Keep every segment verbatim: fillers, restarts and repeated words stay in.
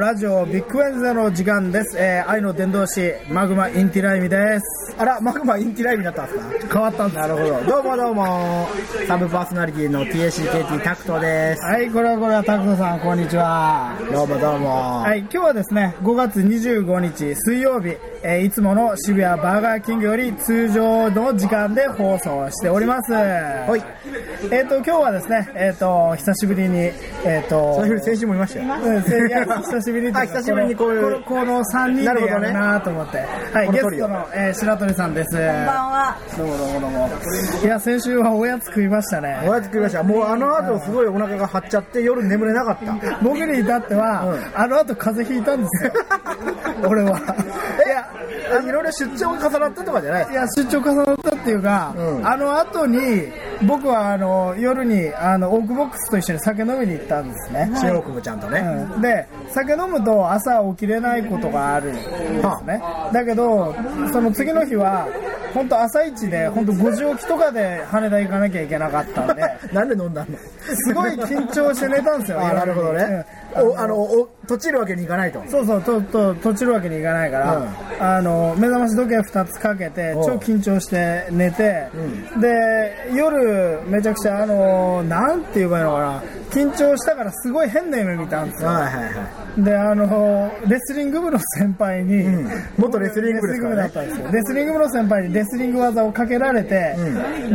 ラジオビッグウェンズの時間です。えー、愛の伝道師マグマインティライミです。 あら、マグマインティライミだったんですか？ 変わったんです。 なるほど。どうもどうも。サブパーソナリティの ティーエーシーケーティー タクトです。 はい、これはこれはタクトさん、こんにちは。 どうもどうも。 はい、今日はですね、ごがつにじゅうごにち水曜日、えー、いつもの渋谷バーガーキングより通常の時間で放送しております。 はい。 えっと、今日はですね、えっと、久しぶりに、えっと、 久しぶりに先週もいましたよ。 うん、久しぶりに。 はい、久しぶりにこういう。 このさんにんでやるなと思って。ね、はい、ゲストの、えー、白鳥さんです。こんばんは。 どうもどうもどうも。いや、先週はおやつ食いましたね。 おやつ食いました。もうあの後すごいお腹が張っちゃって夜眠れなかった。 僕に至っては、うん、あの後風邪ひいたんですよ。俺は。 いや、いろいろ出張が重なったとかじゃない？ いや、出張重なったっていうか、うん、あの後に僕はあの夜にあのオークボックスと一緒に酒飲みに行ったんですね。 新大久保ちゃんとね、 うん。で、酒飲むと朝起きれないことがあるんですね。だけど、その次の日は本当朝一で本当ごじ起きとかで羽田行かなきゃいけなかったんで。 なんで飲んだの？ すごい緊張して寝たんですよ。 あ、なるほどね。うん、おあのお閉じるわけにいかないと。 そうそう、とと閉じるわけにいかないから、うん、あの目覚まし時計ふたつかけて超緊張して寝て、うん、で夜めちゃくちゃあのなんて言えばいいのかな、緊張したからすごい変な夢見たんですよ。はいはいはい。で、あのレスリング部の先輩に、うん、 元レスリング部ですからね。 だったんですよ。レスリング部の先輩にレスリング技をかけられて、うん、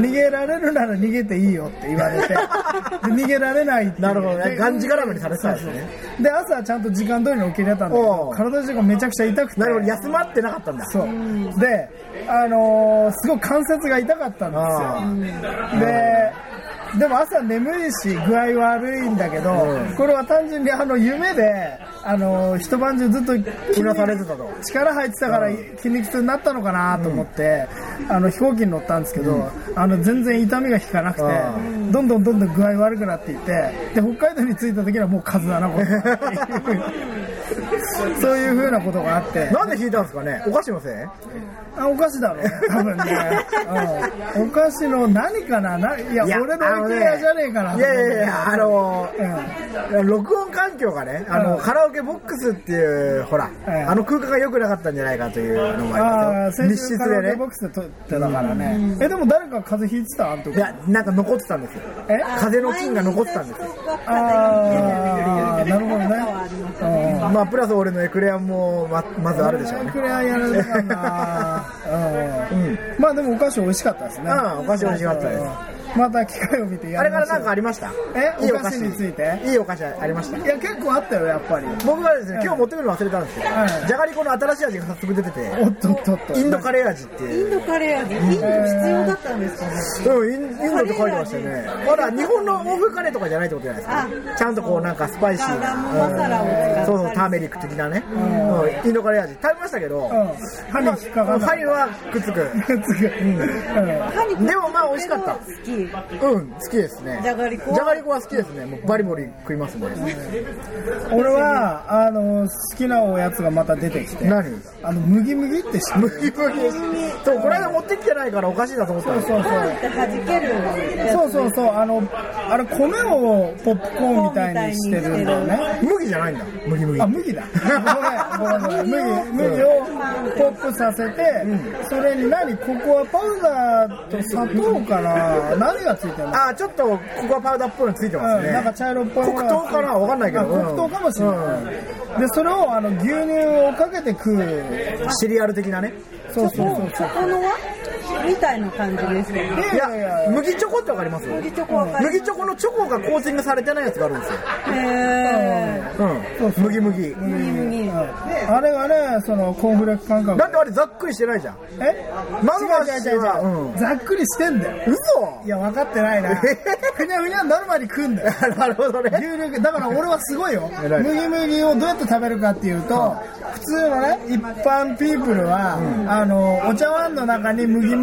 逃げられるなら逃げていいよって言われて、で逃げられないって。 なるほどね。がんじがらめにされてたんですね。 で、朝ちゃんと時間通りに起きれたんだけど、体中がめちゃくちゃ痛くて。 なるほど、休まってなかったんだ。 そう。で、あのー、すごい関節が痛かったんですよ。で、でも朝眠いし具合悪いんだけど、うん、これは単純にあの夢で、あのー、一晩中ずっと気がされてたと。 力入ってたから筋肉痛になったのかなと思って、うん、あの飛行機に乗ったんですけど、うん、あの全然痛みが引かなくて、どんどんどんどん具合悪くなっていって、で北海道に着いた時にはもう数だなことっていうそういう風なことがあって。 なんで引いたんですかね？お菓子のせい？ あ、お菓子だろうね、多分ね。うん、お菓子の何かな、な、いや、いや俺のエケアじゃねえかな。 いやいやいや、あのーうん、録音環境がね、あの、うん、カラオケボックスっていう、ほら、うん、あの空間が良くなかったんじゃないかというのもありますよ。密室でね。カラオケボックスで撮ってたからね。うん、え、でも誰か風邪ひいてた？あの時。 いや、なんか残ってたんですよ。え？風の菌が残ってたんですよ。 ああ、なるほどね。 まあ、プラス俺のエクレアも ま, まずあるでしょうね。 エクレアやられたんだ。うん、まあでもお菓子美味しかったですね。 ああ、お菓子美味しかったです。 また機会を見てやりましょう。 あれからなんかありました？ え、いいお菓子について？ いいお菓子ありました？ いや、結構あったよ、やっぱり。 僕がですね、今日持ってくるの忘れたんですよ。じゃがりこの新しい味が早速出てて、 おっとっとっと、 インドカレー味っていう。 インドカレー味、インド必要だったんですかね？ うん、インドって書いてましたよね。まだ日本の欧風カレーとかじゃないってことじゃないですか。ちゃんとこうなんかスパイシーな、 マサラを使った、 そうそう、ターメリック的なね、インドカレー味食べましたけど、 歯に引っかかる。 歯にはくっつく。くっつく。でもまあ美味しかった。 好き。 うん、好きですね。 じゃがりこ。 じゃがりこは好きですね。もうバリバリ食いますね。 俺はあの好きなおやつがまた出てきて。 何？ あの麦麦って知ってる？ 麦麦。そう、この間持ってきてないからおかしいなと思った。 そうそうそう。 弾ける。 そうそうそう。あのあれ米をポップコーンみたいにしてるんだよね。 麦じゃないんだ。麦麦。 あ、麦だ。ごめんごめんごめん。麦麦をポップさせて、それに何ココアパウダーと砂糖かな、何がついてるの？ あ、ちょっとココアパウダーっぽいのついてますね。 うん、なんか茶色っぽいのが。 黒糖かな、わかんないけど。 黒糖かもしれない。うん、でそれをあの牛乳をかけて食うシリアル的なね。 そうそうそう。 そこのはみたいな感じですね。 いやいや、麦チョコってわかります？ 麦チョコわかります。 麦チョコのチョコがコーティングされてないやつがあるんですよ。 へー。うん。麦麦。 麦麦。 あれがね、そのコーンフレーク感覚。 だってあれざっくりしてないじゃん。 え？ マグマシはざっくりしてんだよ。 嘘？ いや、分かってないな。ふにゃふにゃなるまで食うんだよ。 なるほどね。 牛乳だから俺はすごいよ。麦麦をどうやって食べるかっていうと、普通のね一般ピープルは、あのお茶碗の中に麦麦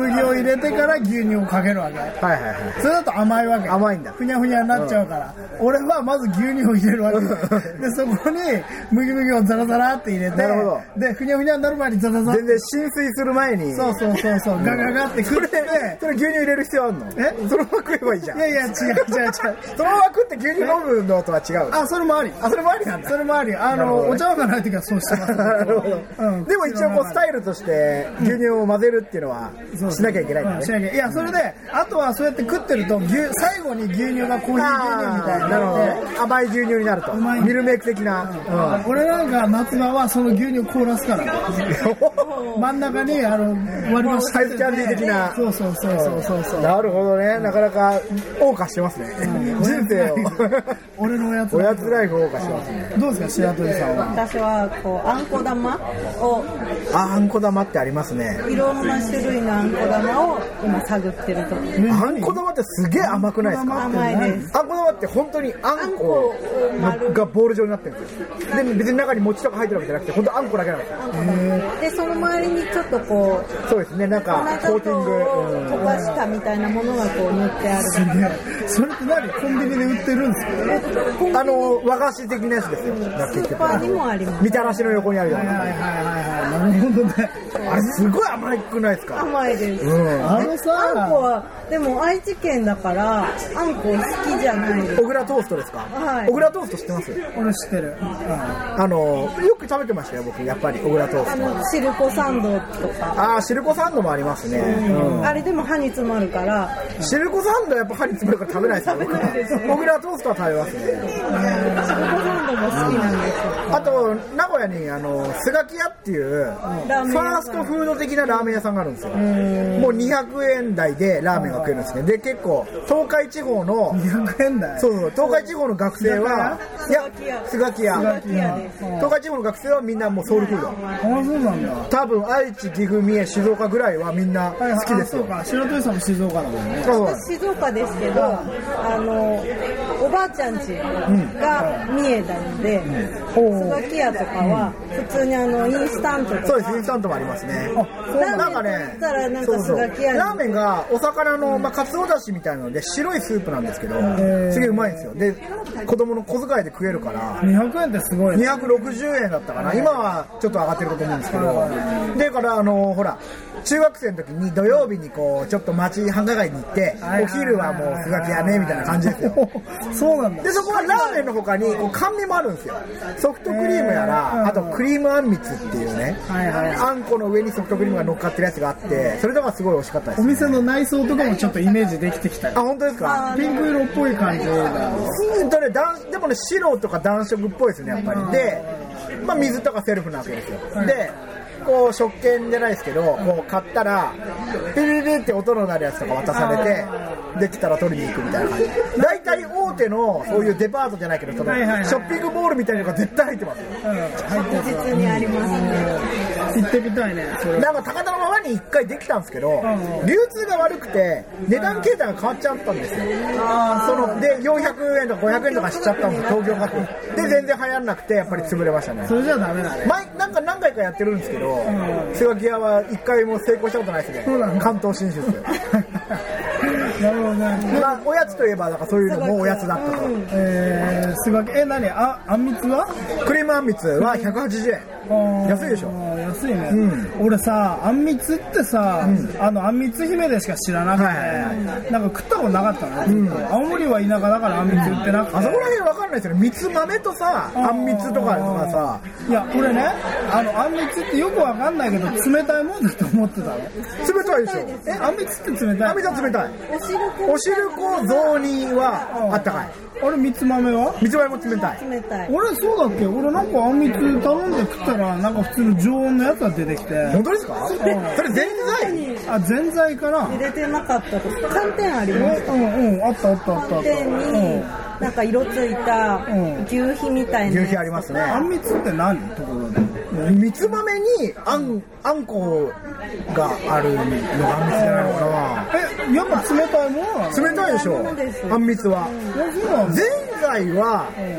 麦を入れてから牛乳をかけるわけ。 はいはいはい。 それだと甘いわけ。 甘いんだ。 ふにゃふにゃになっちゃうから。うん、俺はまず牛乳を入れるわけ。で、そこに麦麦をザラザラって入れて、 なるほど。 で、ふにゃふにゃになる前にザザザ全然浸水する前に。 そうそうそうそう、ガガガって食って。 それ牛乳入れる必要あるの？え？そのまま食えばいいじゃん。 いやいや、違う違う違う。 そのまま食って牛乳飲むのとは違う。 あ、それもあり。 あ、それもありなんだ。 それもあり。あの、お茶碗がない時はそうしてます。 なるほど。うん。でも一応こうスタイルとして牛乳を混ぜるっていうのはしなきゃいけないんだね。 しなきゃ。いや、それで、あとはそうやって食ってると、牛最後に牛乳がコーヒー牛乳みたいになるほど。甘い牛乳になると。ミルメイク的な。 俺なんか夏場はその牛乳を凍らすから。真ん中にあの割り箸サイズキャンディー的な。 そうそうそうそうそうそう。 なるほどね。なかなか謳歌してますね。人生を。 俺のおやつ。 おやつライフ謳歌してますね。 どうですか、白鳥さんは。 私はこうあんこ玉を。 あ、あんこ玉ってありますね。 いろんな種類のあんこ玉を今探ってるところ。 あんこ玉ってすげえ甘くないですか？ 甘いです。 あんこ玉って本当にあんこがボール状になってるんですよ。で別に中に餅とか入ってるわけじゃなくて本当あんこだけなんですよ。 でその周りにちょっとこうそうですね、なんかコーティングを溶かしたみたいなものがこう塗ってある。 すげえ。それって何？コンビニで売ってるんですか？あの和菓子的なやつですよ。 スーパーにもあります。 みたらしの横にあるような。 はいはいはいはい。なるほどね。 あれすごい甘くないですか？ 甘いです。 うん、 あのさ、 あんこはでも愛知県だからあんこ好きじゃないです。 小倉トーストですか？ はい。 小倉トースト知ってます？ 俺知ってる。うん、 あのよく食べてましたよ僕やっぱり小倉トースト。 あのシルコサンドとか。 ああシルコサンドもありますね。 うんうん、あれでも歯に詰まるから。 シルコサンドはやっぱ歯に詰まるから食べないですよ。僕小倉トーストは食べますね。シルコサンドも好きなんですよ。 あと名古屋にあのスガキ屋っていうファーストフード的なラーメン屋さんがあるんですよ。もうにひゃくえん台でラーメンが食えるんですね。で結構東海地方のにひゃくえん台。 そうそう東海地方の学生はいやスガキ屋。東海地方の学生はみんなもうソウルフード。 あ、そうなんだ。 多分愛知、岐阜、三重、静岡ぐらいはみんな好きですよ。 そうか。白鳥さんも静岡だもんね。 静岡ですけど、あのおばあちゃん家が三重なので、スガキ屋とかは普通にあのインスタントとか。 そうです、インスタントもありますね。なんかね、 なんかスガキ屋にラーメンがお魚のまあかつおだしみたいなので白いスープなんですけど、すげえうまいんですよ。で子供の小遣いで食えるから。 にひゃくえんってすごい。 にひゃくろくじゅうえんだったかな。今はちょっと上がってると思うんですけど、だからあのほら。中学生の時に土曜日にこうちょっと街繁華街に行ってお昼はもうスガキ屋ねみたいな感じですよ。 そうなんだ。 でそこはラーメンの他にこう甘味もあるんですよ。ソフトクリームやらあとクリームあんみつっていうね、あんこの上にソフトクリームが乗っかってるやつがあってそれとかすごい美味しかったです、ね。 お店の内装とかもちょっとイメージできてきたよ。 あ本当ですか？ ピンク色っぽい感じだ。 うんとねでもね白とか暖色っぽいですねやっぱり。でまあ水とかセルフなわけですよ。でこう食券じゃないですけどこう買ったらピリピリって音の鳴るやつとか渡されてできたら取りに行くみたいな感じ。大体大手のそういうデパートじゃないけどそのショッピングモールみたいなのが絶対入ってますよ。 確実にありますね。 行ってみたいね。 なんか高田馬場に一回できたんですけど流通が悪くて値段形態が変わっちゃったんですよ。そのでよんひゃくえんとかごひゃくえんとかしちゃったんです東京価格で全然流行らなくてやっぱり潰れましたね。 それじゃダメだね。 前なんか何回かやってるんですけどスガキ屋は一回も成功したことないですね。関東進出なるほどね。 まあおやつといえばなんかそういうのもおやつだったと。 えー、スガキえ何ああんみつはクリームあんみつはひゃくはちじゅうえん。安いでしょ。 安いね、うん、俺さあんみつってさ、うん、あのあんみつ姫でしか知らなくて、はいはいはい、なんか食ったことなかったの、うん、青森は田舎だからあんみつ売ってなくて、 あそこら辺わかんないですよね。みつ豆とさあんみつとかがさ、 いや俺ねあのあんみつってよくわかんないけど冷たいもんだと思ってたの。 冷たいでしょ。 えあんみつって冷たい。 あんみつは冷たい。おしるこ雑煮はあったかい。 あれみつ豆はみつ豆も冷たい。 冷たい。 俺そうだっけ。俺なんかあんみつ頼んで食ったらなんか普通の常温のやつが出てきて。 本当ですか？それぜんざい？ あぜんざいかな。 入れてなかったと。寒天ありますか？ うんうんあったあったあった。 寒天になんか色ついた牛皮みたいな。 牛皮ありますね。 あんみつって何？ところで。 みつ豆にあんあんこがあるのがあんみつじゃないのかな。 えやっぱ冷たいもの？ 冷たいでしょ。あんみつは。ぜんざいは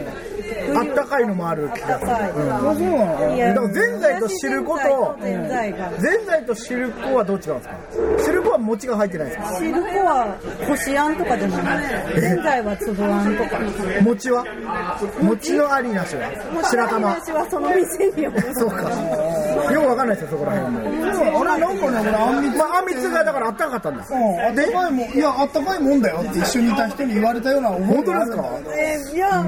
あったかいのもある。 あったかい。 うん、あ、そうなの。だからぜんざいと汁粉とぜんざいが。 ぜんざいと汁粉はどっちなんですか。汁粉は餅が入ってないですか。 汁粉はこしあんとかでもない。ぜんざいは粒あんとか。 餅は？餅のありなしは？白玉。 餅はその店による。 そうか。よくわかんないですよそこら辺も。 俺なんかね、俺あんみつ、 まああんみつがだからあったかかったんです。 うん、あったかいもん、いやあったかいもんだよって一緒にいた人に言われたような。 本当ですか。 えー、いや、うん、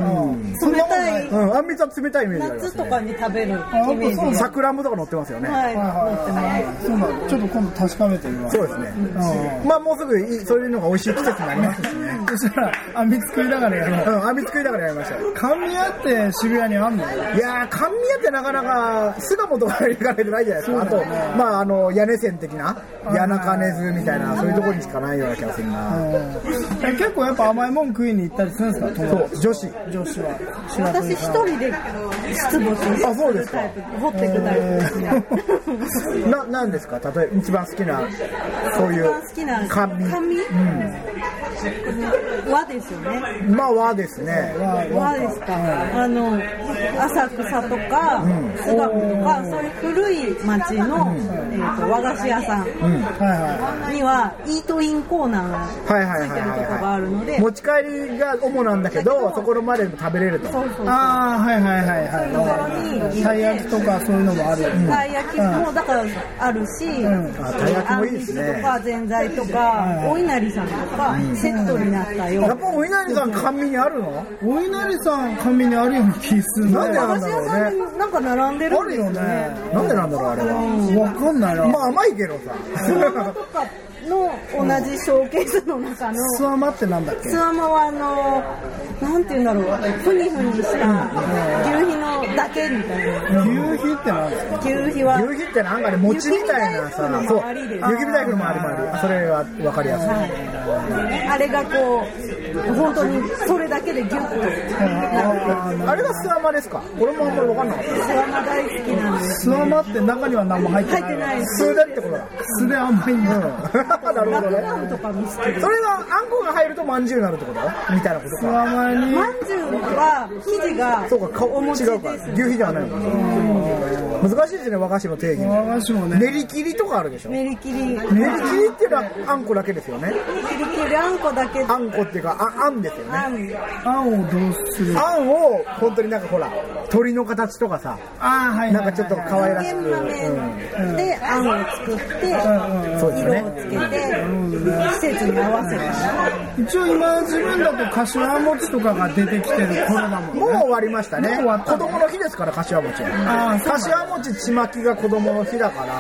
冷たい。 うん、あんみつは冷たいイメージありますね。 夏とかに食べるイメージ。 さくらんぼとか乗ってますよね。 はい、乗ってます。 そうなんちょっと今度確かめてみます。 そうですね。うん、まあもうすぐそういうのが美味しい季節になりますしね。 そしたらあんみつ食いながらやろう。 うん、あんみつ食いながらやりましたよ。 甘味屋って渋谷にあんの？ いやー、甘味屋ってなかなか巣鴨とかに行かれてないじゃないですか。あとまああの屋根線的な谷中根津みたいなそういうところにしかないような気がするな。 結構やっぱ甘いもん食いに行ったりするんですか？ そう、女子女子は。 私一人で出没するタイプ。 あ、そうですか。 掘っていくタイプですね。 な、なんですか？例えば一番好きなそういう甘味。 甘味？うん。和ですよね。 まあ和ですね。 和ですか。あの浅草とか巣鴨とかそういう古い町のえっと和菓子屋さんにはイートインコーナーがついてるとこがあるので、 持ち帰りが主なんだけどそこまで食べれると。 そうそうそう。 ああ、はいはいはいはい。 ところにたい焼きとかそういうのもある。 たい焼きもだからあるし、 たい焼きもいいですね。 とかぜんざいとかお稲荷さんとかセットになったよ。 やっぱお稲荷さん甘味にあるの？ お稲荷さん甘味にあるような気する。 なんでなんだろうね。 なんか並んでるんですよね。 なんでなんだろうあれは。 わかんないな。 まあ甘いけどさ。 の同じショーケースの中のスワマってなんだっけ？ スワマはあのなんていうんだろう、ふにふにした牛皮のだけみたいな。 牛皮ってなんですか？ 牛皮は牛皮ってなんかね餅みたいなさ、そう。牛皮大福の周りもある。それはわかりやすい。 あれがこう本当にそれだけでギュッと。 あれがスワマですか？俺もあんまりわかんなかった。 スワマ大好きなんです。 スワマって中には何も入ってない。 入ってない。 素でってことだ。 素で甘いんだ。 なるほどね。 とかも好きです。 それがあんこが入るとまんじゅうになるってことみたいなことか。 まんじゅうは生地がそうか、お餅違うか。牛皮ではないの。難しいですね、和菓子の定義。 和菓子もね。 練り切りとかあるでしょ。 練り切り。練り切りっていうのはあんこだけですよね。 練り切りあんこだけ。 あんこっていうかああんですよね。 あん。 あんをどうする？ あんを本当になんかほら鳥の形とかさ。 あはい。 なんかちょっと可愛らしく。 であんを作ってそうですよね。 色をつけて季節に合わせて。 一応今自分だと柏餅とかが出てきてる頃だもんね。 もう終わりましたね。子供の日ですから柏餅。柏餅ちまきが子供の日だから。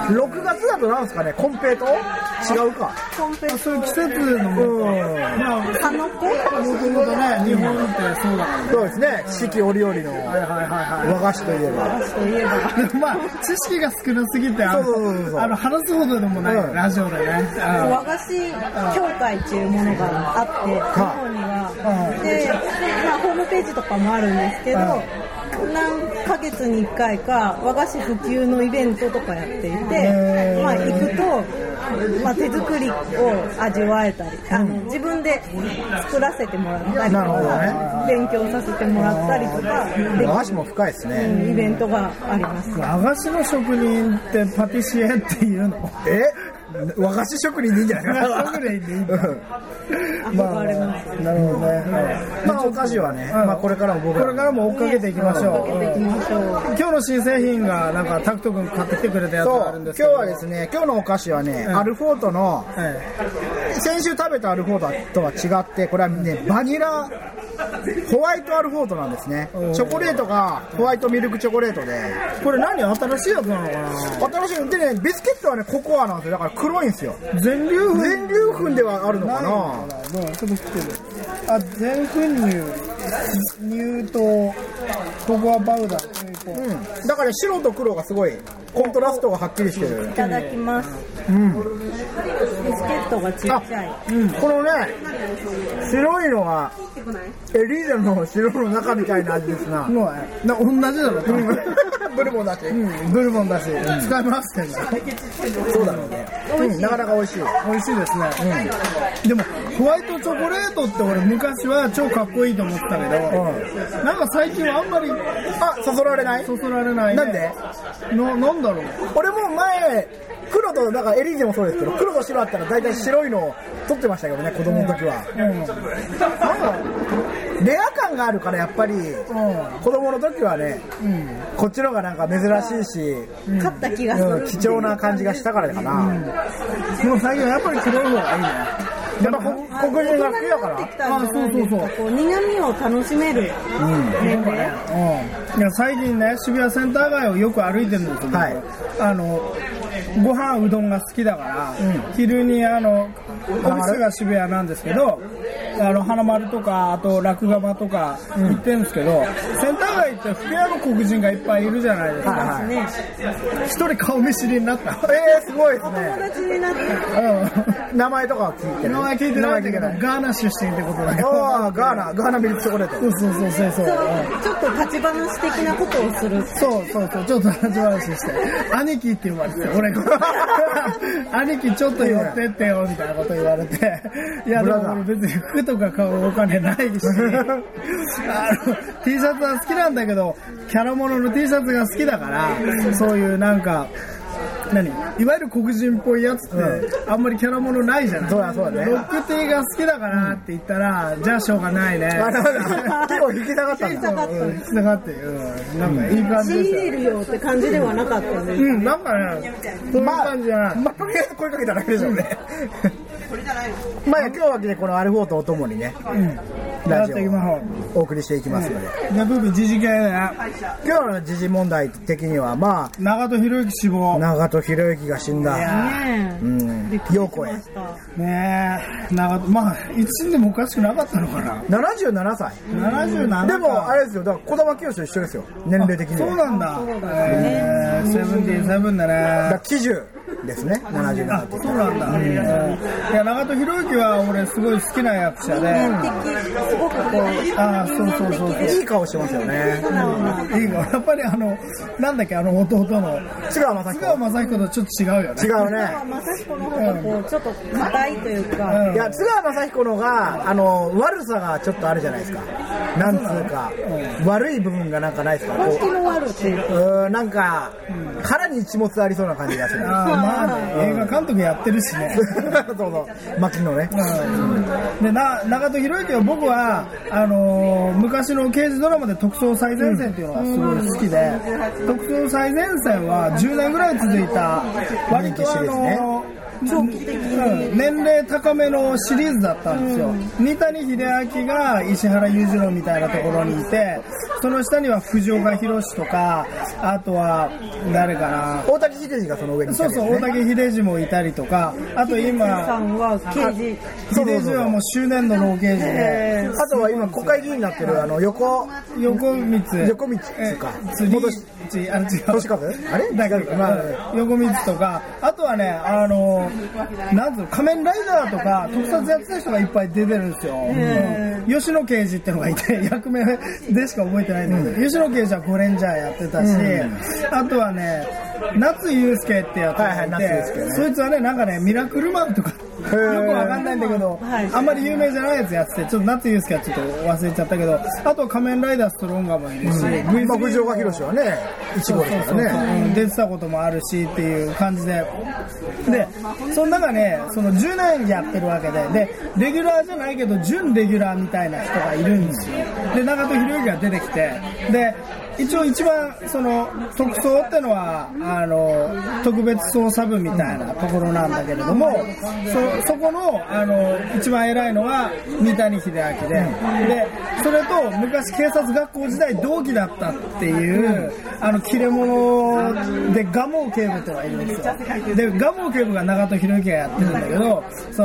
ろくがつだとなんですかね、コンペイト？違うか。 コンペイト。 そういう季節のもの。 まあかのこ？ もともとね、日本ってそうだからね。 そうですね。四季折々の和菓子といえば。 和菓子といえば。 まあ知識が少なすぎてあの話すほどでもないラジオでね。 和菓子協会っていうものがあって日本には。で、まあホームページとかもあるんですけど。何ヶ月にいっかいか和菓子普及のイベントとかやっていて、まあ行くと、まあ、手作りを味わえたり、あの自分で作らせてもらったりとか、ね、勉強させてもらったりとか、 和菓子も深いですね、 うん、イベントがあります。 和菓子の職人ってパティシエっていうの？ え？和菓子職人でいいんじゃないかな。 職人でいいんだ。 まあ、なるほどね。 まあお菓子はね、まあこれからも僕これからも追っかけていきましょう。今日の新製品がなんかタクト君買ってきてくれたやつがあるんですけど。 今日はですね、今日のお菓子はね、アルフォートの先週食べたアルフォートとは違って、これはねバニラホワイトアルフォートなんですね。チョコレートがホワイトミルクチョコレートで、 これ何新しいやつなのかな。新しいでね、ビスケットはねココアなんですよ。だから黒いんですよ。 全粒粉全粒粉ではあるのかな。 どうちょっと来てる。あ、全粉乳乳糖ココアパウダー、 うん、だから白と黒がすごいコントラストがはっきりしてる。 いただきます。 うん、 ビスケットがちっちゃい。 うん、このね白いのはエリーゼの白の中みたいな味ですな。 もうな同じだろ。 ブルボンだし、 うん、ブルボンだし、うん、使いますけどそうだろうね、うん、なかなか美味しい美味しいですね、うん、でもホワイトチョコレートって俺昔は超かっこいいと思ってたけど、うん、なんか最近はあんまりあ、そそられないそそられない、ね、 なんでな、なんだろう俺も前黒と、なんかエリーゼもそうですけど、黒と白あったら大体白いのを取ってましたけどね、子供の時は。うん、レア感があるからやっぱり、うん、子供の時はね、うん、こっちの方がなんか珍しいし、 うん、買った気がする、 うん、貴重な感じがしたからかな。うん、 でも最近はやっぱり黒い方がいいね。 やっぱ黒人が好きだから。 あ、そうそうそう。こう苦味を楽しめる年齢。 うん。いや最近ね、渋谷センター街をよく歩いてるんですよ。はい。あのご飯うどんが好きだから、うん、昼にあのオフィスが渋谷なんですけど、あの花丸とかあと落釜とか行ってるんですけど、うん、センター街って福屋の黒人がいっぱいいるじゃないですか。はいはい、一人顔見知りになった。 えー、すごいですね。 友達になった。 うん、名前とかは聞いてる。 名前聞いてないんだけど、ガーナ出身ってことだけど。 ああ、ガーナ、ガーナミルクチョコレート。 そうそうそうそうそう。 ちょっと立ち話的なことをする。 そうそうそう、ちょっと立ち話して、兄貴って言われて、俺が兄貴ちょっと寄ってってよみたいなこと言われて、いやでも俺別に服とか買うお金ないし、あの T シャツは好きなんだけど、キャラものの T シャツが好きだから、そういうなんか。何いわゆる黒人っぽいやつって、うん、あんまりキャラものないじゃない。 そうだそうだね。 ロックティーが好きだからって言ったら、うん、じゃあしょうがないね。 結構引きたかったんだ。引きたかった。 引きたかって、うん、なんかいい感じでした。仕入れるよって感じではなかったね。 うん、なんかね、そういう感じじゃない。 まあ、とりあえず声かけただけでしょうね。まあ今日はね、このアルフォートをともにね、うん、ラジオをお送りしていきますので。 じゃあ、ブーブー時事系だな。 今日の時事問題的には、まあ、 長門博之死亡。 長門博之が死んだ。 ねえ。うん。 陽子へ。 ねえ。長門、まあ、いつ死んでもおかしくなかったのかな。 ななじゅうななさい。 ななじゅうなな。 でも、あれですよ、だから児玉清と一緒ですよ。年齢的には。 そうなんだ。えー、セブンティーセブンだね。 だきじゅうですね。ななじゅうななって。 そうなんだ。いや、長門博之は俺すごい好きな役者で。 すごくこう、 ああ、そうそうそうそう。 いい顔してますよね。 いい顔。やっぱりあの、なんだっけ、あの弟の。 津川雅彦。 津川雅彦とちょっと違うよね。 違うね。 津川雅彦の方がこう、ちょっと硬いというか。 うん、いや、津川雅彦のが、あの、悪さがちょっとあるじゃないですか。なんつうか、うん、悪い部分がなんかないですか。 本気の悪っていうか。 うん、なんか、うん、腹に一物ありそうな感じがする。 ああ、まあね、映画監督やってるしね。 そうそう。牧野ね。 うん、で、な、長門博之は僕は、あのー、昔の刑事ドラマで特捜最前線っていうのがすごい好きで、うん、特捜最前線はじゅうねんぐらい続いた、割とあのー、 長期的に、 うん、年齢高めのシリーズだったんですよ、うん、三谷秀明が石原裕次郎みたいなところにいて、その下には藤岡弘とか、あとは誰かな、 大竹秀治がその上にいたり、ね、 そうそう、大竹秀治もいたりとか、あと今さんは刑事、 秀治はもう執念の老刑事で、 あとは今国会議員になってるあの横横光横光か元あれ違う年数あれだから、まあ、横光とか、あとはね、あのなんつうの、仮面ライダーとか特撮やってた人がいっぱい出てるんですよ、うん、吉野刑事ってのがいて、役名でしか覚えてないんだけど、うん、吉野刑事はゴレンジャーやってたし、うん、あとはね、夏祐介ってやつがいて、はいはいね、そいつはね、なんかね、ミラクルマンとかよくわかんないんだけど、はい、あんまり有名じゃないやつやってて、ちょっと夏祐介はちょっと忘れちゃったけど、あと仮面ライダーストロンガーもいるし、 うん、藤岡弘はね、一号ですからね、そうそうそう、うん、出てたこともあるしっていう感じで、で、その中ね、そのじゅうねんやってるわけで、で、レギュラーじゃないけど、準レギュラーみたいな人がいるんですよ。で、長門博之が出てきて、で、一応一番その特捜ってのはあの特別捜査部みたいなところなんだけれども、そ, そこのあの一番偉いのは三谷秀明で、でそれと昔警察学校時代同期だったっていうあの切れ者で蒲生警部ってのがいるんですよ。で蒲生警部が長門博之がやってるんだけど、その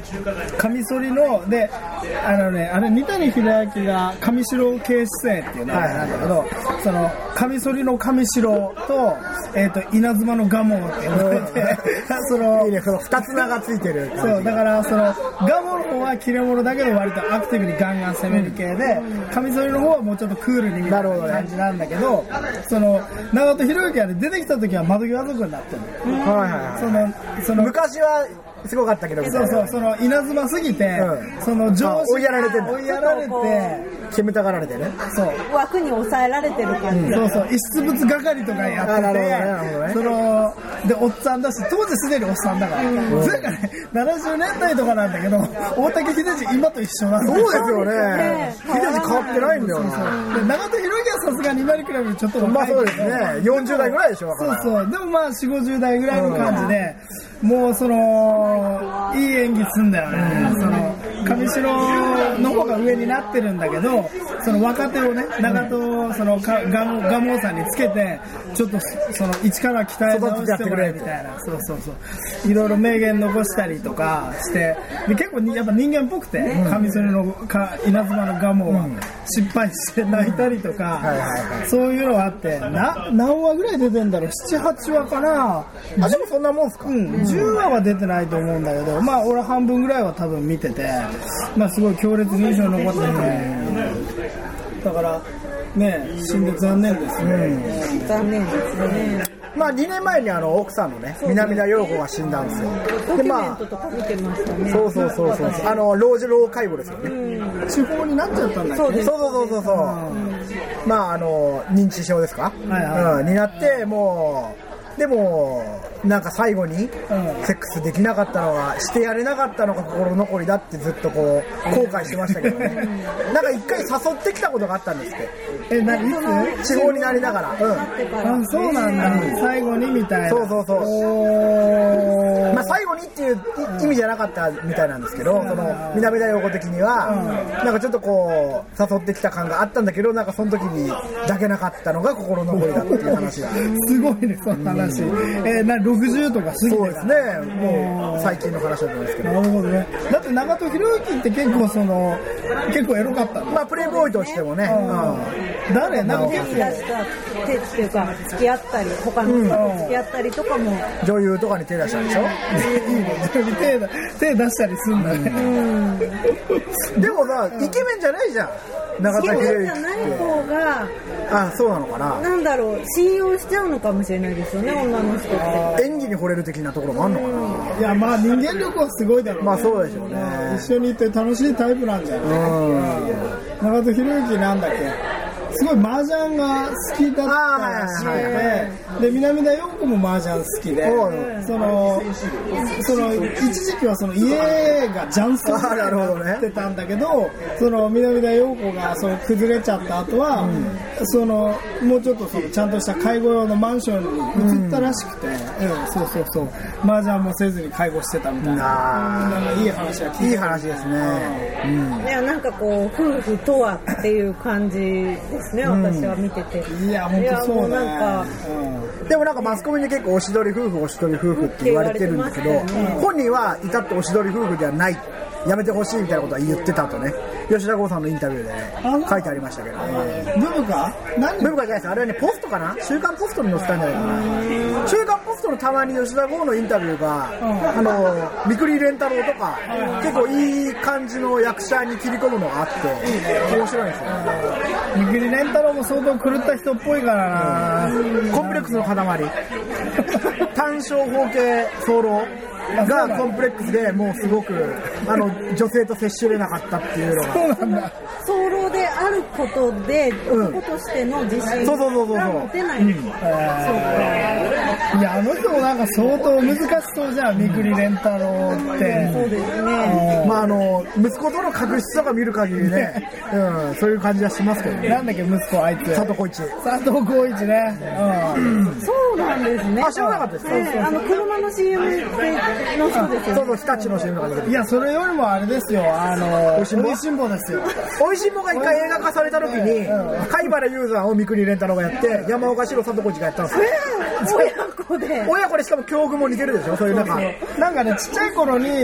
カミソリのであのねあれ三谷秀明が上白警視正っていう名前なんだけど、はい、そのカミソリの上白とえっ、ー、と稲妻の蒲生って呼ばれてそのいいねその二つ名がついてるそうだからその蒲生の方は切れ者だけど割とアクティブにガンガン攻める系で、うん、カミソリの方はもうちょっとクールにみたいな感じなんだけど、その長門博之は、ね、出てきた時は窓際族になってる、うんはいはいはい、そのその昔はすごかったけどそうそうその稲妻すぎて、うん、その上司追いやられて追いやられて煙たがられてねそう枠に抑えられてる感じ、 うん、そうそう遺失物係とかやってて、ね、そのでおっさんだし当時すでにおっさんだから、うん、それからねななじゅうねんだいとかなんだけど大竹秀治今と一緒なんだそうですよね秀治変わってないんだよなそうそうで長門博之はさすがに今に比べてちょっと若いまあそうですねよんじゅうだいぐらいでしょそうそうでもまあよんじゅうごじゅうだいぐらいの感じで、うん、もうそのいい演技すんだよね、うん、その上白の方が上になってるんだけどその若手をね長門その蒲生さんにつけてちょっとその一から鍛え直してもらえみたいなそうそうそういろいろ名言残したりとかしてで結構やっぱ人間っぽくて上白のか稲妻の蒲生は失敗して泣いたりとか、うんはいはいはい、そういうのがあってな何話ぐらい出てんだろうななはちわかなあでもそんなもんすか、 うん、じゅうわは出てないと思うんだけどまあ俺半分ぐらいは多分見ててまあすごい強烈に印象に残ってて、だからね死んで残念ですね、 うん、残念ですねまあにねんまえにあの奥さんのね南田陽子が死んだんですよドキュメントとか見てましたねそうそうそうそうあの老児老介護ですよね、 うん、地方になっちゃったんだっけそうそうそうそうそう、うん、まああの認知症ですか、はいはいうん、になってもうでもなんか最後にセックスできなかったのはしてやれなかったのが心残りだってずっとこう後悔してましたけどねなんか一回誘ってきたことがあったんですってえ何いつ地方になりながら、うん、 あそうなんだ、うん、最後にみたいなそうそうそうまあ最後にっていう意味じゃなかったみたいなんですけどその南田陽子的にはなんかちょっとこう誘ってきた感があったんだけどなんかその時に抱けなかったのが心残りだっていう話がすごいねその話、うん、えー、なろくじゅうとか過ぎてそうですねもう最近の話だと思うんですけどなるほどねだって長門博之って結構その結構エロかったんだまあプレイボーイとしてもね、 うん、誰なんか手出した手っていうか付き合ったり他の人と付き合ったりとかも、 うん、女優とかに手出したんでしょいいね手, 手出したりするんだね、 うん、でもさイケメンじゃないじゃん長門博之じゃない方があそうなのかななんだろう信用しちゃうのかもしれないですよね女の人って演技に惚れる的なところもあるのかな、 いやまあ人間力はすごいだろうねまあそうでしょうね一緒にいて楽しいタイプなんじゃない長門博之なんだっけすごい麻雀が好きだったらしくてで南田陽子も麻雀好きでそのその一時期はその家が雀荘になってたんだけどその南田陽子がその崩れちゃった後は、うん、そのもうちょっとそのちゃんとした介護用のマンションに移ったらしくて、うんうん、そうそうそう麻雀もせずに介護してたみたいな、なんかいい話は聞いいい話ですね、 うん、いやなんかこう夫婦とはっていう感じですね、私は見てて、 うん、いや本当そうねなんか、 うん、でもなんかマスコミで結構おしどり夫婦おしどり夫婦って言われてるんだけど、ね、本人は至っておしどり夫婦ではないやめてほしいみたいなことは言ってたとね吉田剛さんのインタビューで、ね、書いてありましたけど、 えー、ブブカ何ブブカじゃないですあれはねポストかな週刊ポストに載せたんじゃないかな週刊ポストのたまに吉田剛のインタビューが、うん、あの三栗連太郎とか、うん、結構いい感じの役者に切り込むのがあっていい、ね、面白いんですよ、 うん、三栗連太郎も相当狂った人っぽいからな、 うん、コンプレックスの塊単小方形早漏がコンプレックスでもうすごくあの女性と接しれなかったっていうのがそうなんだ早漏であることで男としての自信が持てない、うん、そうかいやあの人もなんか相当難しそうじゃん三栗連太郎って、 そうですねまああの息子との確執とか見る限りね、うん、そういう感じはしますけどねなんだっけ息子あいつ佐藤浩市佐藤浩市ね、うんうん、そうなんですねあ知らなかったですか、 ね、あの車の シーエム の人ですよねそうそう日立の シーエム とか出てるいやそれよりもあれですよあのおいしんぼおいしんぼですよおいしんぼが一回映画化された時に、うん、貝原雄山を三栗連太郎がやって山岡四郎佐藤浩市がやったんですよ、 えー、親子で親子でしかも境遇も似てるでしょそういうなんかなんかねちっちゃい頃に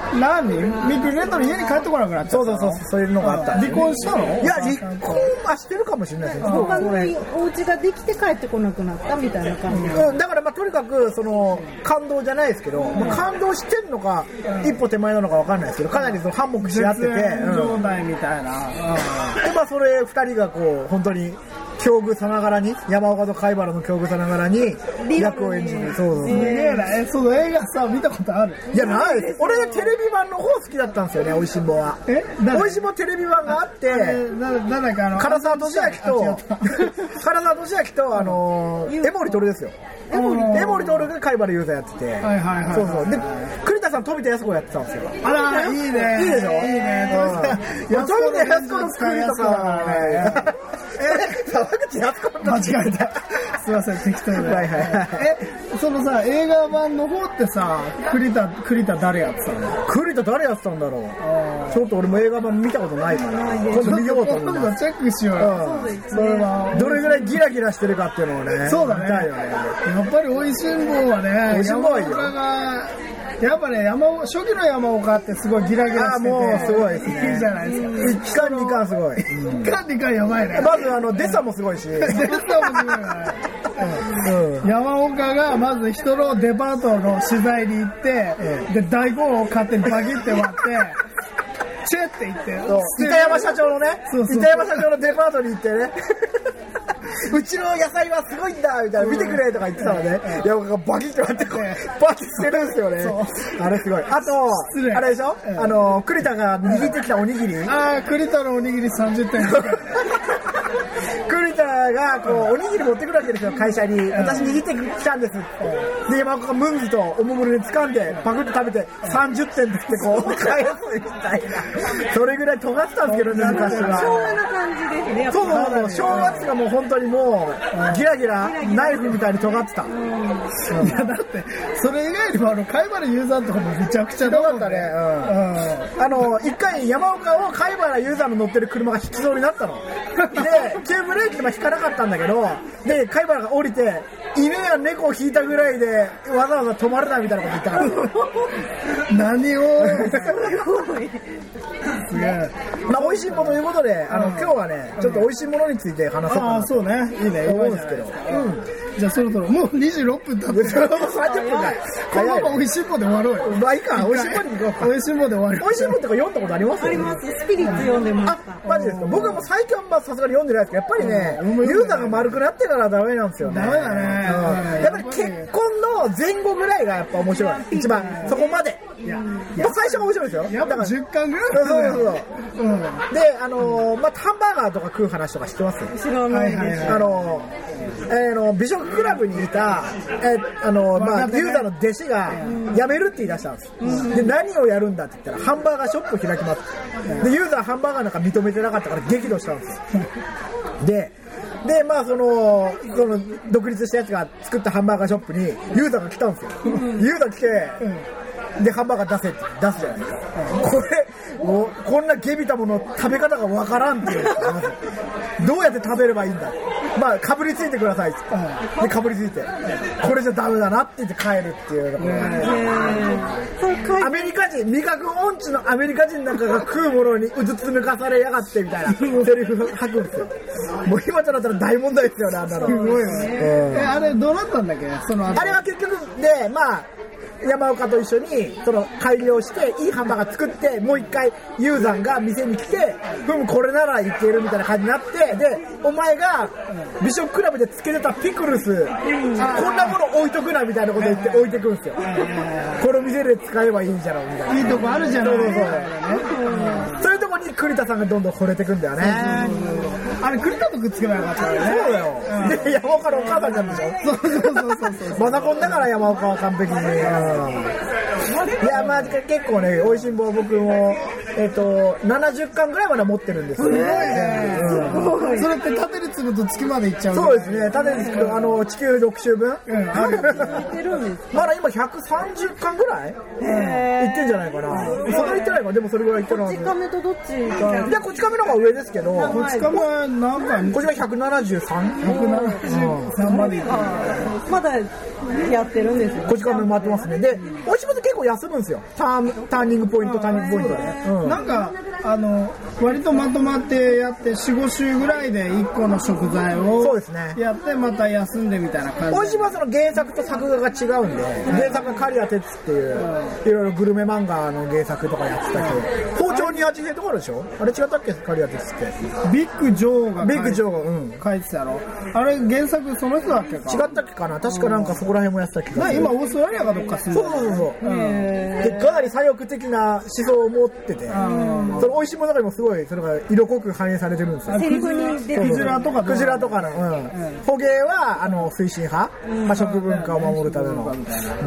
何ミクレントの家に帰ってこなくなっちゃった。 そうそうそう、そういうのがあった。 離婚したの？ いや、離婚はしてるかもしれないですね。 他のお家ができて帰ってこなくなったみたいな感じ。 うん、だからまあとにかくその感動じゃないですけど、まあ、感動してんのか、一歩手前なのかわかんないですけど、かなりその反目し合ってて、 状態みたいな。 でまあそれ二人がこう本当に境遇さながらに、山岡と貝原の境遇さながらに役を演じる。そうそう。 すげえな。え、その映画さ見たことある？ いやないです。俺テレビ版の方好きだったんですよね、おいしんぼは。え？おいしんぼテレビ版があって、 なんだかあの唐沢寿明と唐沢寿明とあの江守徹ですよ。江守徹が貝原雄三やってて、 はいはいはい。 そうそう。で栗田さん飛田靖子やってたんですよ。 あらいいね。 いいでしょ。いいね。 飛田靖子の作りとか。え、沢口靖子間違えた。すいません、適当で。 はいはい。 え、そのさ、映画版の方ってさ、栗田、栗田誰やってたの？ 栗田誰やってたんだろう。ちょっと俺も映画版見たことないから、今度見ようと思う。 今度チェックしようよ。 それは、どれぐらいギラギラしてるかっていうのをね。 そうだね。やっぱりおいしんぼはね、 おいしんぼはいいよ。 やっぱね、山岡、初期の山岡ってすごいギラギラしてて、 あ、もうすごいですね。 いいじゃないですか。 一巻二巻すごい。 一巻二巻やばいね。 まずあのデッサンもすごいし。 デッサンもすごいね。うん、山岡がまず人のデパートの取材に行って、うん、で大根を勝手にバキって割って。チェって言って、 板山社長のね、そうそうそう、板山社長のデパートに行ってね。うちの野菜はすごいんだみたいな、見てくれとか言ってたのね、山岡がバキって割ってこうバキしてるんですよね。あれすごい。あとあれでしょ、あの栗田が握ってきたおにぎり。 ああ、栗田のおにぎりさんじゅってん。 栗田がこうおにぎり持ってくるわけですよ、会社に。私握ってきたんです。で山岡がムンズとおもむろに掴んでパクッと食べてさんじゅってんってこう返すみたいな。それぐらい尖ってたんですけどね、昔は。 昭和な感じですね。 そうそうそう、昭和ってがもう本当にもうギラギラナイフみたいに尖ってた。いやだってそれ以外にもあの貝原雄三とかもめちゃくちゃだったね。あの一回山岡を貝原雄三の乗ってる車が引きそうになったの。で急ブレーキでも引かなかったんだけど、で貝原が降りて犬や猫を引いたぐらいでわざわざ止まれないみたいなこと言ったから。 何をすげえ。まあ美味しいものということで、あの今日はねちょっと美味しいものについて話そうかな。 ああそうね、いいね、 思うんですけど。 じゃあそろそろもうにじゅうろっぷん経ってる。このまま美味しいもんで終わろうよ。 まあいいか、美味しいもんに行こうか。 美味しいもんで終わる。 美味しいもんってか読んだことあります？ あります。スピリッツ読んでました。 あ、マジですか。僕はもう最近はさすがに読んでないですけど、やっぱりね、ユーザーが丸くなってからダメなんですよね。 ダメだね。 やっぱり結婚の前後ぐらいがやっぱ面白い。一番そこまで。いや、最初が面白いですよ。 やっぱじゅっかんぐらい。 そうそうそう。で、あのまあハンバーガーとか食う話とか知ってます？ 知らないです。 あのえの美食クラブにいたえあのまあユーザーの弟子が辞めるって言い出したんです。で何をやるんだって言ったらハンバーガーショップを開きます。でユーザーハンバーガーなんか認めてなかったから激怒したんですよ。ででまあそのその独立したやつが作ったハンバーガーショップにユーザーが来たんですよ。ユーザー来て。でハンバーガー出せって出すじゃないですか。これもうこんなゲビたもの食べ方がわからんっていうどうやって食べればいいんだ。まあかぶりついてくださいって、うん、でかぶりついてこれじゃダメだなって言って帰るっていう、アメリカ人味覚音痴のアメリカ人なんかが食うものにうつつ抜かされやがってみたいなセリフ吐くんですよ。もう今となったら大問題ですよね、あんなの。すごいよね。 えあれどうなったんだっけ、そのあれは結局でまあ山岡と一緒にその改良していいハンバーガー作ってもう一回ユーザーが店に来てふむこれならいけるみたいな感じになって、でお前が美食クラブでつけてたピクルス、うん、こんなもの置いとくなみたいなこと言って置いてくんですよ。この店で使えばいいんじゃろみたいな。 いいとこあるじゃない。そうそうそう、 うん、そういうとこに栗田さんがどんどん惚れてくんだよね。 あれ栗田とくっつけばよかったよね。 そうだよ、うん、で山岡のお母さんなんでしょ。そうそうそうそうマザコンだから山岡は完璧に、いやまあ結構ね美味しんぼ僕もえっとななじゅっかんぐらいまで持ってるんですよね。すごいね、 うん、それって縦に積むと月までいっちゃう。 そうですね、縦に積むとあの地球ろく周分、うん、あるまだ今ひゃくさんじゅっかんぐらいいってんじゃないかな。そんなにいってないか、でもそれぐらいいってるの。 こっち亀とどっちが。 いやこっち亀の方が上ですけど、 こっち亀は何かこっちがひゃくななじゅうさん ひゃくななじゅうさんまでいってる。 まだやってるんですよ。 こじかめ回ってますね。で、美味しいもの結構休むんですよ。ターン、ターニングポイント、ターニングポイントでね。 うん、なんか、あの、割とまとまってやって、よん、ご週ぐらいでいっこの食材をそうですね。 やって、また休んでみたいな感じ。 美味しいものはその原作と作画が違うんで、原作が刈谷哲っていう、いろいろグルメ漫画の原作とかやってたけど、包丁に味変とかあるでしょ？あれ違ったっけ？刈谷哲って。 ビッグジョーがビッグジョーが、うん。 書いてたやろ？あれ原作その人だっけか？ 違ったっけかな？確かなんかそこら辺もやってたっけか。 今オーストラリアかどっかする。 そうそうそうそう。で、かなり左翼的な思想を持ってて、その美味しいものの中にもすごいそれが色濃く反映されてるんですよ。 セリフに出てる。 クジラとかクジラとかの、うん。捕鯨はあの推進派、和食文化を守るための。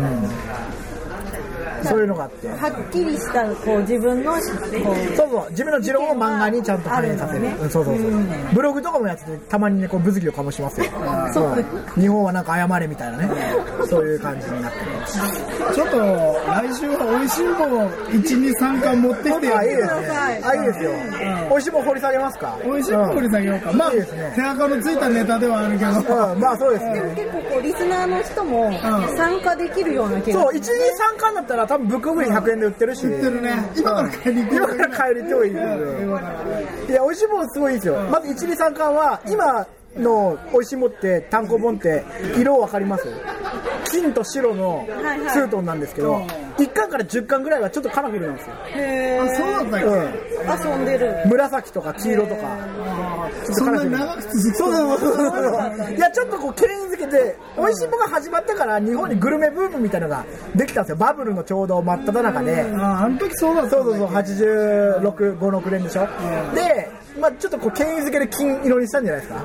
そういうのがあって、 はっきりしたこう自分のこうそうそう自分の持論を漫画にちゃんと反映させる、ね、うん、そうそうそう、うん、ブログとかもやっててたまにねこう物議を醸しますよ。そう、日本はなんか謝れみたいなね、そういう感じになってます。 ちょっと来週は美味しいものいち、に、さんかん持ってきてやる。いいですね。あ、いいですよ。美味しいもの掘り下げますか。 美味しいもの掘り下げようか。まあいいですね。手垢のついたネタではあるけど、 うん、まあそうですね。 結構こうリスナーの人も参加できるような気がする。 そういち、に、さんかんだったら多分ブックオフにひゃくえんで売ってるし、 売ってるね。今から買いに行く。 今から買いに行ってもいいですよ。いや美味しいものすごいいいですよ。まずいち、に、さんかんは今の美味しいものって単行本って色わかります？金と白のツートンなんですけど、いっかんからじゅっかんぐらいはちょっとカラフルなんですよ。 へー。あ、そうだったっけ？ 遊んでる。 紫とか黄色とか。 そんなに長く続く。 そうそうそうそう。いやちょっとこう権威づけて、美味しいものが始まってから日本にグルメブームみたいなのができたんですよ。バブルのちょうど真っ只中で。 あ、あの時そうだった。 そうそうそう、はちじゅうろく、ご、ろくねんでしょ。で、まあちょっとこう権威づけで金色にしたんじゃないですか。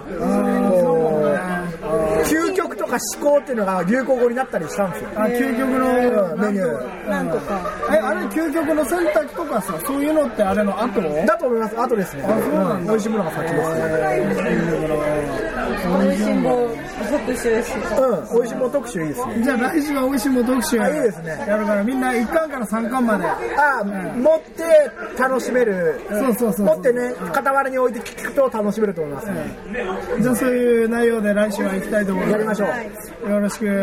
究極とか思考っていうのが流行語になったりしたんですよ。 あ、究極のメニューなんとか。 え、あれ究極の選択とかさ、そういうのってあれの後？ だと思います。後ですね。 あ、そうなんだ。 美味しいものが先ですね。 美味しいもの特集しうん、美味しいもの特集いいですね。 じゃあ来週は美味しいもの特集いいですね。 やるからみんないっかんからさんかんまで。 あ、うん、持って楽しめる。 そうそうそう。 持ってね、傍らに置いて聞くと楽しめると思いますね。 うん、じゃあそういう内容で来週は行きたいと思います。 やりましょう。 はい、よろしく。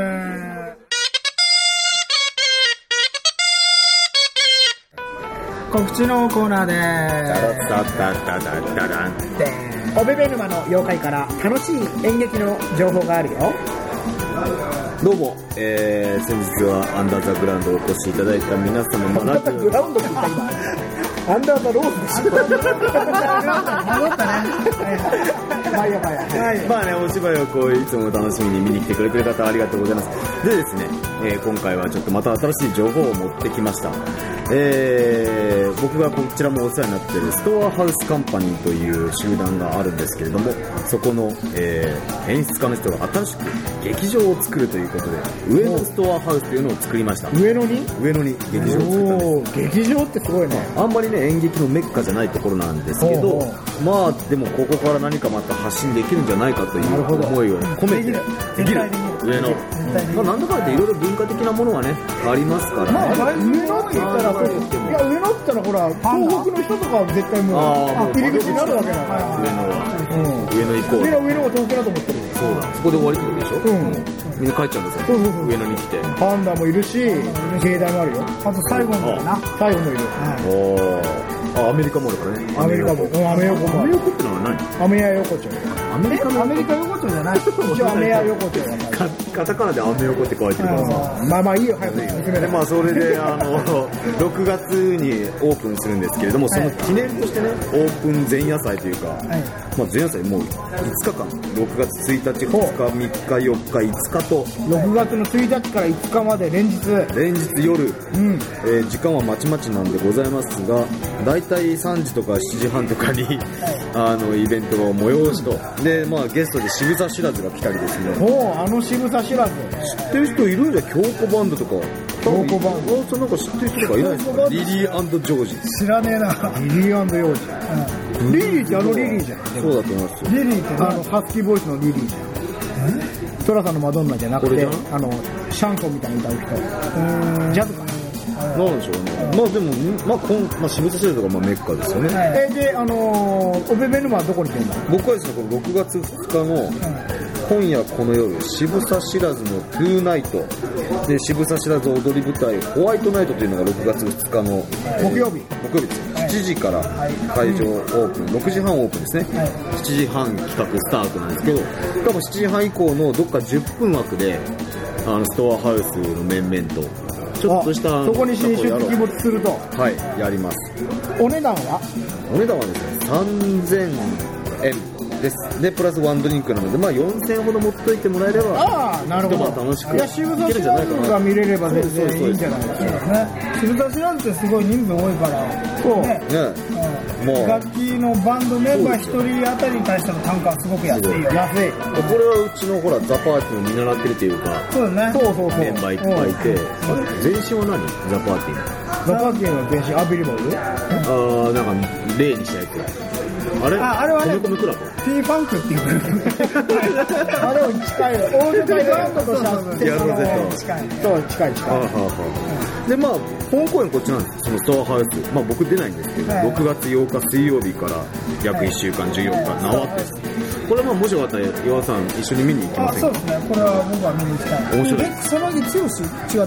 告知のコーナーでーす。 オベベ沼の妖怪から楽しい演劇の情報があるよ。 どうも、えー、先日はアンダーザグラウンドお越しいただいた皆様もアンダーザグラウンドって言った今アンダーザローズでしょ。戻ったね。 まあやばいや、 はい、まあね、お芝居をこういつも楽しみに見に来てくれてる方ありがとうございます。でですね、えー、今回はちょっとまた新しい情報を持ってきました。えー、僕がこちらもお世話になっているストアハウスカンパニーという集団があるんですけれども、そこの、えー、演出家の人が新しく劇場を作るということで、上野ストアハウスというのを作りました。 上野に上野に劇場を作ったんです。 劇場ってすごいね。 あんまりね演劇のメッカじゃないところなんですけど、まあでもここから何かまた発信できるんじゃないかという思いを込めてできる上野、まあ、なんだかんだいろいろ文化的なものがねありますからね。 まあ、上野って言ったらそうですけど、いや上野って言ったらほら東北の人とかは絶対もうあ入り口になるわけだから、 上野は、うん、上野行こう。 上野上野は東北だと思ってる。 そうだ、そこで終わりってことでしょ。うん、みんな帰っちゃうんですよ。そうそうそう、上野に来てパンダもいるし芸大もあるよ。 あと最後もいるな。 最後もいる。 おー、あ、アメリカもあるからね。 アメリカも、うん、アメ横も。 アメ横ってのは何？ アメヤ横丁。 アメリカのアメリカ横丁じゃない。 一応アメヤ横丁はない。 カタカナでアメ横って書いてるからさ。 まあまあいいよ、早く進めて。 まあそれであのろくがつにオープンするんですけれども、その記念としてね、オープン前夜祭というか、はい、まあ前夜祭もういつかかん、ろくがつついたち、ふつか、みっか、よっか、いつかと、 ろくがつのついたちからいつかまで連日連日夜、うん、えー、時間はまちまちなんでございますが、だいたいさんじとかしちじはんとかに、はい、あのイベントを催しと、でまあゲストで渋沢知らずが来たりですね。 おー、あの渋沢知らず知ってる人いるんじゃ。京子バンドとか。 京子バンド。 あ、なんか知ってる人とかいないですか。リリー&ジョージ。 知らねえな。 リリー&ヨージ。うん、リリーってあのリリーじゃん。 そうだと思いますよ。 リリーってあのハスキーボイスのリリーじゃん。トラさんのマドンナじゃなくて、あのシャンソンみたいに歌う人。ジャズかな。 なんでしょうね。まあでも、まあ、こんまあ、渋谷とかまあメッカですよね。 えー、で、あのー、オベベ沼はどこに来てんだ。 僕はですね、このろくがつふつかの、 今夜この夜渋沢知らずのトゥーナイトで、渋沢知らず踊り舞台ホワイトナイトというのがろくがつふつかの木曜日木曜日ですね、しちじから会場オープン、ろくじはんオープンですね、しちじはん企画スタートなんですけど、しかもしちじはん以降のどっかじゅっぷん枠であのストアハウスの面々とちょっとしたそこに新種日没すると、 はい、やります。 お値段はお値段はですねさんぜんえんです。でプラスワンドリンクなので、まあ、よんせんえんほど持っといてもらえれば、 ああなるほど、 楽しくいや渋沢知らずが見れれば全然いいんじゃないですかね。渋沢知らずってすごい人数多いからそうね、 ね、 うん、もう楽器のバンドメンバーひとり当たりに対しての単価はすごく安いよ。 安い。 これはうちのほらザ・パーティーを見習ってるというか、 そうだね、 そうそうそう、 メンバーいっぱいいて、前身は何？ザ・パーティーザ・パーティーの前身アビリボル、 ああ、なんか例にしたやつ。あれあ、あれはね、 米米クラブ P ファンクっていうグループ。 あれを近い、オールドバンドとしたギャルロゼット近い。 そう近い近い。 はあはあはあ、でまあ本公演こっちなんです。そのストアハウス、まあ僕出ないんですけど、 はい、 ろくがつようか水曜日から約いっしゅうかんじゅうよっか縄手です。これはまあもしよかったら岩さん一緒に見に行きませんか？ あ、そうですね。これは僕は見に行きたい。 面白い。 え、その日剛違った。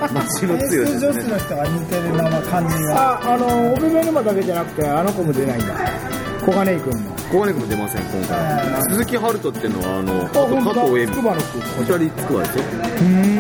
街の剛ですね。 エース女子の人が似てるな感じあ、 が。 あのオペベルマだけじゃなくてあの子も出ないんだ。小金井君も。 小金井君も出ません今回。鈴木春人っていうのはあのあと加藤恵美。 つくばの子。 ふたりつくばですよ。 うん。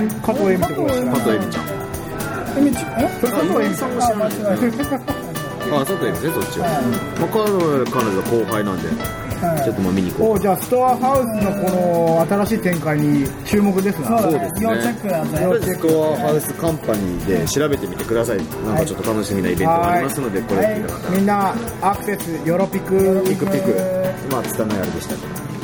加藤恵美って子ですね。 加藤恵美ちゃん。 えみちえ？ それ加藤恵美さんも知らない。あ、佐藤恵美ですねそっちは。まあ彼女彼女は後輩なんで。ちょっとまあ見に行こう。 おじゃあストアハウスのこの新しい展開に注目ですな。 そうですね。 要チェックだぜ。 ストアハウスカンパニーで調べてみてください。なんかちょっと楽しみなイベントがありますので、これ聞いた方、 みんなアクセスよろぴくピクピク、まあ拙いあれでしたけど。